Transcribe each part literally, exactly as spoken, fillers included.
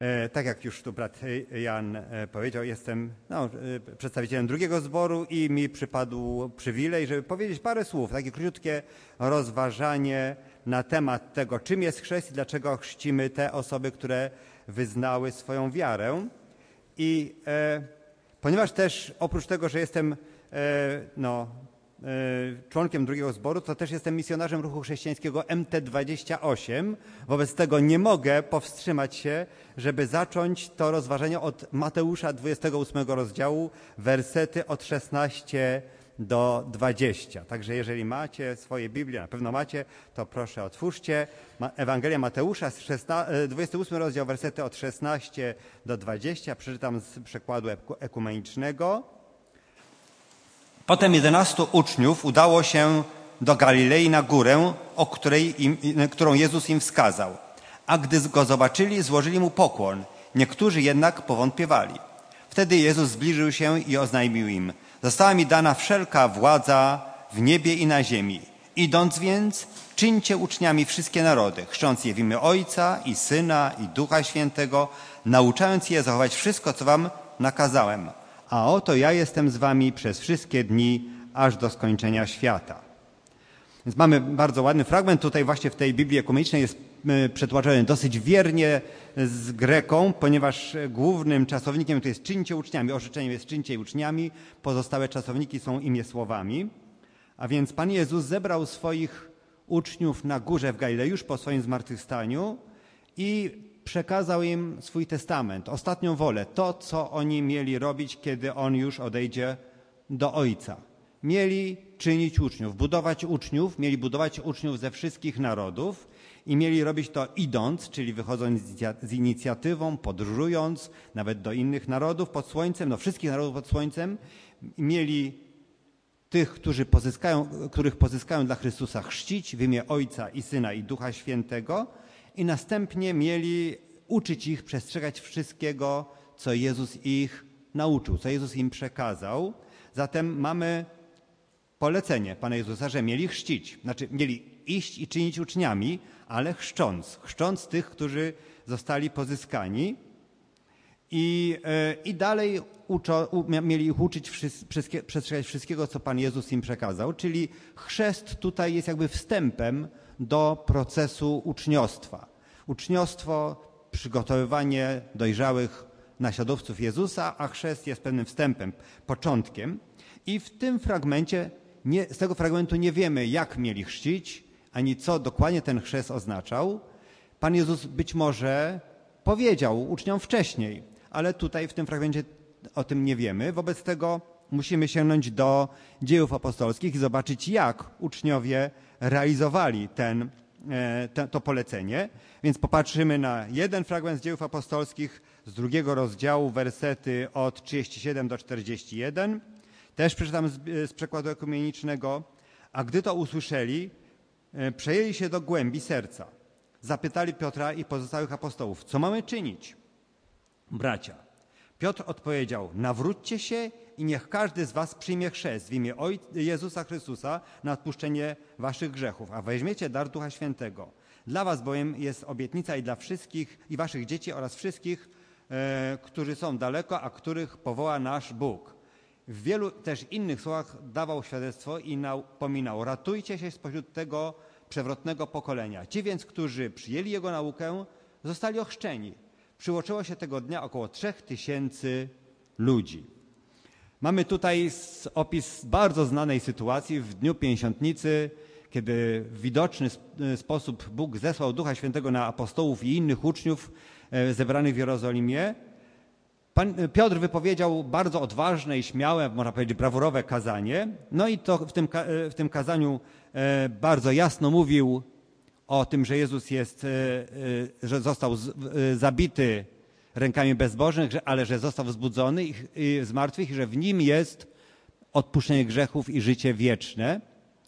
Tak jak już tu brat Jan powiedział, jestem no, przedstawicielem drugiego zboru i mi przypadł przywilej, żeby powiedzieć parę słów, takie króciutkie rozważanie na temat tego, czym jest chrzest i dlaczego chrzcimy te osoby, które wyznały swoją wiarę. I e, ponieważ też oprócz tego, że jestem e, no, członkiem drugiego zboru, to też jestem misjonarzem ruchu chrześcijańskiego M T dwadzieścia osiem. Wobec tego nie mogę powstrzymać się, żeby zacząć to rozważanie od Mateusza dwudziestego ósmego rozdziału, wersety od szesnastego do dwudziestego. Także jeżeli macie swoje Biblię, na pewno macie, to proszę otwórzcie. Ewangelia Mateusza, dwudziesty ósmy rozdział, wersety od szesnastego do dwudziestego. Przeczytam z przekładu ekumenicznego. Potem jedenastu uczniów udało się do Galilei na górę, o której im, którą Jezus im wskazał. A gdy go zobaczyli, złożyli mu pokłon. Niektórzy jednak powątpiewali. Wtedy Jezus zbliżył się i oznajmił im: została mi dana wszelka władza w niebie i na ziemi. Idąc więc, czyńcie uczniami wszystkie narody, chrzcząc je w imię Ojca i Syna i Ducha Świętego, nauczając je zachować wszystko, co wam nakazałem. A oto ja jestem z wami przez wszystkie dni, aż do skończenia świata. Więc mamy bardzo ładny fragment. Tutaj właśnie w tej Biblii ekumenicznej jest przetłumaczony dosyć wiernie z greką, ponieważ głównym czasownikiem to jest czyńcie uczniami. Orzeczeniem jest czyńcie uczniami. Pozostałe czasowniki są imię-słowami. A więc Pan Jezus zebrał swoich uczniów na górze w Galilei już po swoim zmartwychwstaniu i przekazał im swój testament, ostatnią wolę, to, co oni mieli robić, kiedy On już odejdzie do Ojca. Mieli czynić uczniów, budować uczniów, mieli budować uczniów ze wszystkich narodów i mieli robić to idąc, czyli wychodząc z inicjatywą, podróżując nawet do innych narodów pod słońcem, no wszystkich narodów pod słońcem. Mieli tych, którzy pozyskają, których pozyskają dla Chrystusa, chrzcić w imię Ojca i Syna i Ducha Świętego, i następnie mieli uczyć ich, przestrzegać wszystkiego, co Jezus ich nauczył, co Jezus im przekazał. Zatem mamy polecenie Pana Jezusa, że mieli chrzcić, znaczy mieli iść i czynić uczniami, ale chrzcząc, chrzcząc tych, którzy zostali pozyskani. I, i dalej uczo, mieli ich uczyć wszystkie, przestrzegać wszystkiego, co Pan Jezus im przekazał, czyli chrzest tutaj jest jakby wstępem do procesu uczniostwa. Uczniostwo, przygotowywanie dojrzałych naśladowców Jezusa, a chrzest jest pewnym wstępem, początkiem. I w tym fragmencie, nie, z tego fragmentu nie wiemy, jak mieli chrzcić, ani co dokładnie ten chrzest oznaczał. Pan Jezus być może powiedział uczniom wcześniej, ale tutaj w tym fragmencie o tym nie wiemy. Wobec tego musimy sięgnąć do Dziejów Apostolskich i zobaczyć, jak uczniowie realizowali ten, te, to polecenie. Więc popatrzymy na jeden fragment z Dziejów Apostolskich z drugiego rozdziału, wersety od trzydziestego siódmego do czterdziestego pierwszego. Też przeczytam z, z przekładu ekumenicznego. A gdy to usłyszeli, przejęli się do głębi serca. Zapytali Piotra i pozostałych apostołów: co mamy czynić, bracia? Piotr odpowiedział: nawróćcie się i niech każdy z was przyjmie chrzest w imię Ojca Jezusa Chrystusa na odpuszczenie waszych grzechów, a weźmiecie dar Ducha Świętego. Dla was bowiem jest obietnica i dla wszystkich i waszych dzieci oraz wszystkich, e, którzy są daleko, a których powoła nasz Bóg. W wielu też innych słowach dawał świadectwo i napominał: ratujcie się spośród tego przewrotnego pokolenia. Ci więc, którzy przyjęli Jego naukę, zostali ochrzczeni. Przyłączyło się tego dnia około trzech tysięcy ludzi. Mamy tutaj opis bardzo znanej sytuacji w Dniu Pięćdziesiątnicy, kiedy w widoczny sposób Bóg zesłał Ducha Świętego na apostołów i innych uczniów zebranych w Jerozolimie. Pan Piotr wypowiedział bardzo odważne i śmiałe, można powiedzieć brawurowe kazanie. No i to w tym, w tym kazaniu bardzo jasno mówił o tym, że Jezus jest, że został zabity rękami bezbożnych, ale że został wzbudzony z martwych i że w nim jest odpuszczenie grzechów i życie wieczne.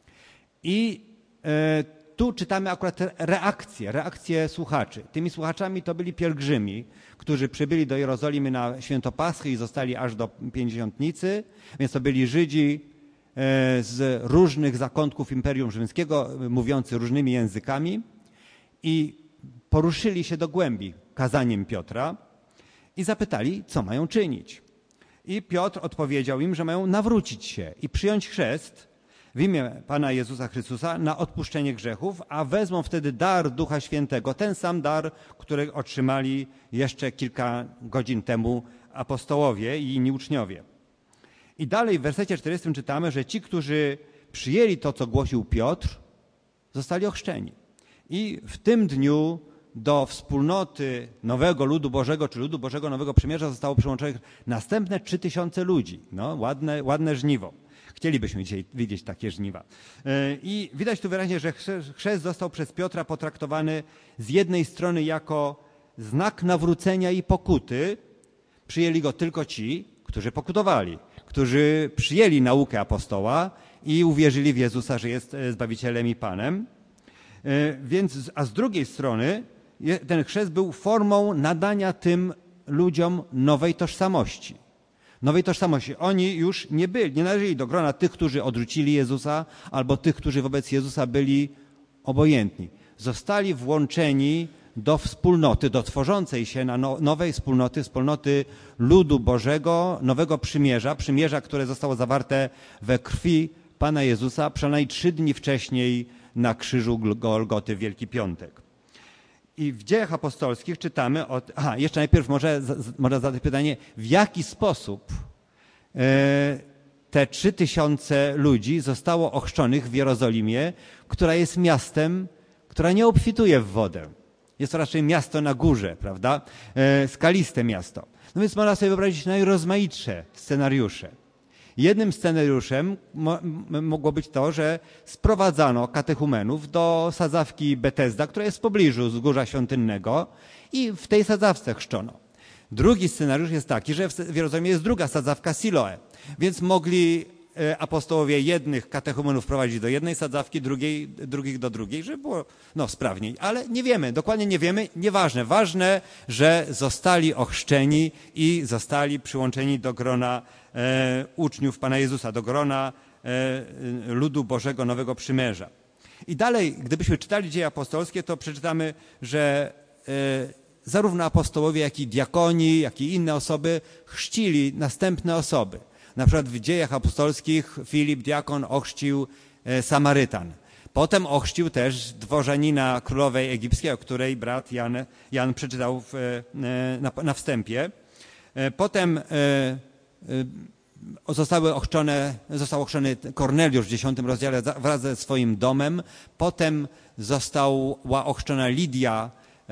I tu czytamy akurat reakcję, reakcję słuchaczy. Tymi słuchaczami to byli pielgrzymi, którzy przybyli do Jerozolimy na święto Paschy i zostali aż do Pięćdziesiątnicy, więc to byli Żydzi z różnych zakątków Imperium Rzymskiego, mówiący różnymi językami. I poruszyli się do głębi kazaniem Piotra i zapytali, co mają czynić. I Piotr odpowiedział im, że mają nawrócić się i przyjąć chrzest w imię Pana Jezusa Chrystusa na odpuszczenie grzechów, a wezmą wtedy dar Ducha Świętego, ten sam dar, który otrzymali jeszcze kilka godzin temu apostołowie i inni uczniowie. I dalej w wersecie czterdziestym czytamy, że ci, którzy przyjęli to, co głosił Piotr, zostali ochrzczeni. I w tym dniu do wspólnoty nowego ludu Bożego, czy ludu Bożego Nowego Przymierza zostało przyłączonych następne trzy tysiące ludzi. No, ładne, ładne żniwo. Chcielibyśmy dzisiaj widzieć takie żniwa. I widać tu wyraźnie, że chrzest został przez Piotra potraktowany z jednej strony jako znak nawrócenia i pokuty. Przyjęli go tylko ci, którzy pokutowali, którzy przyjęli naukę apostoła i uwierzyli w Jezusa, że jest Zbawicielem i Panem. Więc, a z drugiej strony ten chrzest był formą nadania tym ludziom nowej tożsamości. Nowej tożsamości. Oni już nie byli, nie należeli do grona tych, którzy odrzucili Jezusa, albo tych, którzy wobec Jezusa byli obojętni. Zostali włączeni do wspólnoty, do tworzącej się na nowej wspólnoty, wspólnoty ludu Bożego, nowego przymierza, przymierza, które zostało zawarte we krwi Pana Jezusa przynajmniej trzy dni wcześniej na krzyżu Golgoty w Wielki Piątek. I w Dziejach Apostolskich czytamy o... Aha, jeszcze najpierw może, można zadać pytanie, w jaki sposób e, te trzy tysiące ludzi zostało ochrzczonych w Jerozolimie, która jest miastem, która nie obfituje w wodę. Jest to raczej miasto na górze, prawda? E, skaliste miasto. No więc można sobie wyobrazić najrozmaitsze scenariusze. Jednym scenariuszem mo mogło być to, że sprowadzano katechumenów do sadzawki Betesda, która jest w pobliżu Wzgórza Świątynnego i w tej sadzawce chrzczono. Drugi scenariusz jest taki, że w Jerozolimie jest druga sadzawka Siloe, więc mogli apostołowie jednych katechumenów prowadzić do jednej sadzawki, drugiej, drugich do drugiej, żeby było no, sprawniej. Ale nie wiemy, dokładnie nie wiemy, nieważne. Ważne, że zostali ochrzczeni i zostali przyłączeni do grona e, uczniów Pana Jezusa, do grona e, ludu Bożego Nowego Przymierza. I dalej, gdybyśmy czytali Dzieje Apostolskie, to przeczytamy, że e, zarówno apostołowie, jak i diakoni, jak i inne osoby chrzcili następne osoby. Na przykład w Dziejach Apostolskich Filip, diakon, ochrzcił Samarytan. Potem ochrzcił też dworzanina królowej egipskiej, o której brat Jan, Jan przeczytał w, na, na wstępie. Potem zostały ochrzczone, został ochrzczony Korneliusz w dziesiątym rozdziale wraz ze swoim domem. Potem została ochrzczona Lidia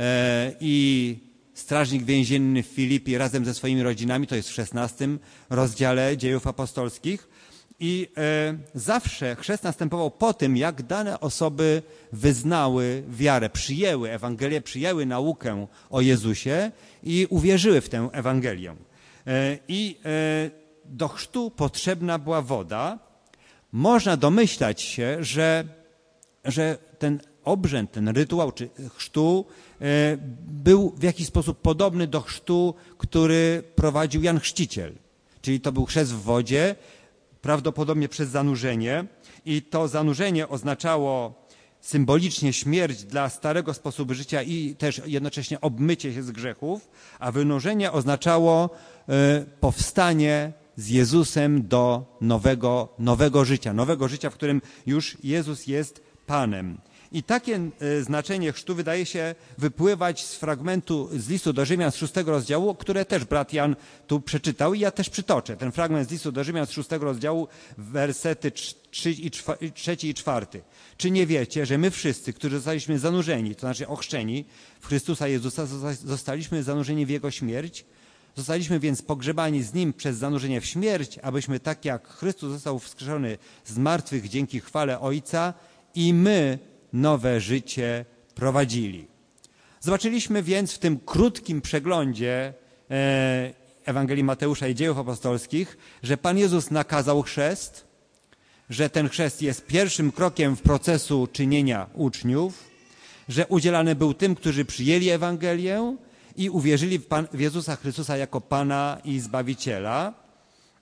i strażnik więzienny w Filipi razem ze swoimi rodzinami, to jest w szesnastym rozdziale Dziejów Apostolskich. I e, zawsze chrzest następował po tym, jak dane osoby wyznały wiarę, przyjęły Ewangelię, przyjęły naukę o Jezusie i uwierzyły w tę Ewangelię. E, I e, do chrztu potrzebna była woda. Można domyślać się, że, że ten obrzęd, ten rytuał czy chrztu był w jakiś sposób podobny do chrztu, który prowadził Jan Chrzciciel. Czyli to był chrzest w wodzie, prawdopodobnie przez zanurzenie i to zanurzenie oznaczało symbolicznie śmierć dla starego sposobu życia i też jednocześnie obmycie się z grzechów, a wynurzenie oznaczało powstanie z Jezusem do nowego, nowego życia, nowego życia, w którym już Jezus jest Panem. I takie znaczenie chrztu wydaje się wypływać z fragmentu z listu do Rzymian z szóstego rozdziału, które też brat Jan tu przeczytał i ja też przytoczę. Ten fragment z listu do Rzymian z szóstego rozdziału, wersety trzeci i czwarty. Czy nie wiecie, że my wszyscy, którzy zostaliśmy zanurzeni, to znaczy ochrzczeni w Chrystusa Jezusa, zostaliśmy zanurzeni w Jego śmierć? Zostaliśmy więc pogrzebani z Nim przez zanurzenie w śmierć, abyśmy tak jak Chrystus został wskrzeszony z martwych dzięki chwale Ojca i my nowe życie prowadzili. Zobaczyliśmy więc w tym krótkim przeglądzie Ewangelii Mateusza i Dziejów Apostolskich, że Pan Jezus nakazał chrzest, że ten chrzest jest pierwszym krokiem w procesu czynienia uczniów, że udzielany był tym, którzy przyjęli Ewangelię i uwierzyli w, Pan, w Jezusa Chrystusa jako Pana i Zbawiciela.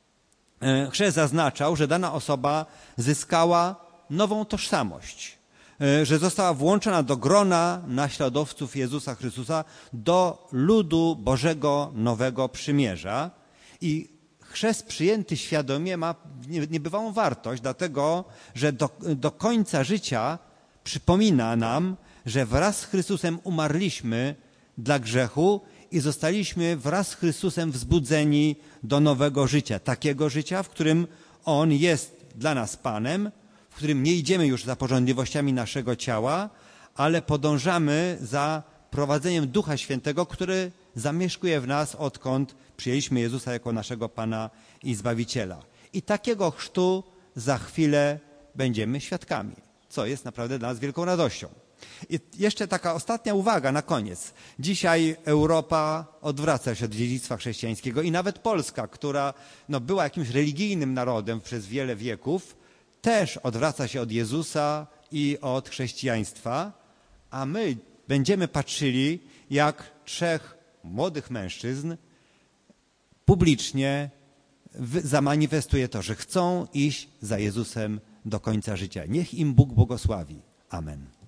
Chrzest zaznaczał, że dana osoba zyskała nową tożsamość. że została włączona do grona naśladowców Jezusa Chrystusa, do ludu Bożego Nowego Przymierza. I chrzest przyjęty świadomie ma niebywałą wartość, dlatego że do, do końca życia przypomina nam, że wraz z Chrystusem umarliśmy dla grzechu i zostaliśmy wraz z Chrystusem wzbudzeni do nowego życia. Takiego życia, w którym On jest dla nas Panem, w którym nie idziemy już za pożądliwościami naszego ciała, ale podążamy za prowadzeniem Ducha Świętego, który zamieszkuje w nas, odkąd przyjęliśmy Jezusa jako naszego Pana i Zbawiciela. I takiego chrztu za chwilę będziemy świadkami, co jest naprawdę dla nas wielką radością. I jeszcze taka ostatnia uwaga na koniec. Dzisiaj Europa odwraca się od dziedzictwa chrześcijańskiego i nawet Polska, która no, była jakimś religijnym narodem przez wiele wieków, też odwraca się od Jezusa i od chrześcijaństwa, a my będziemy patrzyli, jak trzech młodych mężczyzn publicznie zamanifestuje to, że chcą iść za Jezusem do końca życia. Niech im Bóg błogosławi. Amen.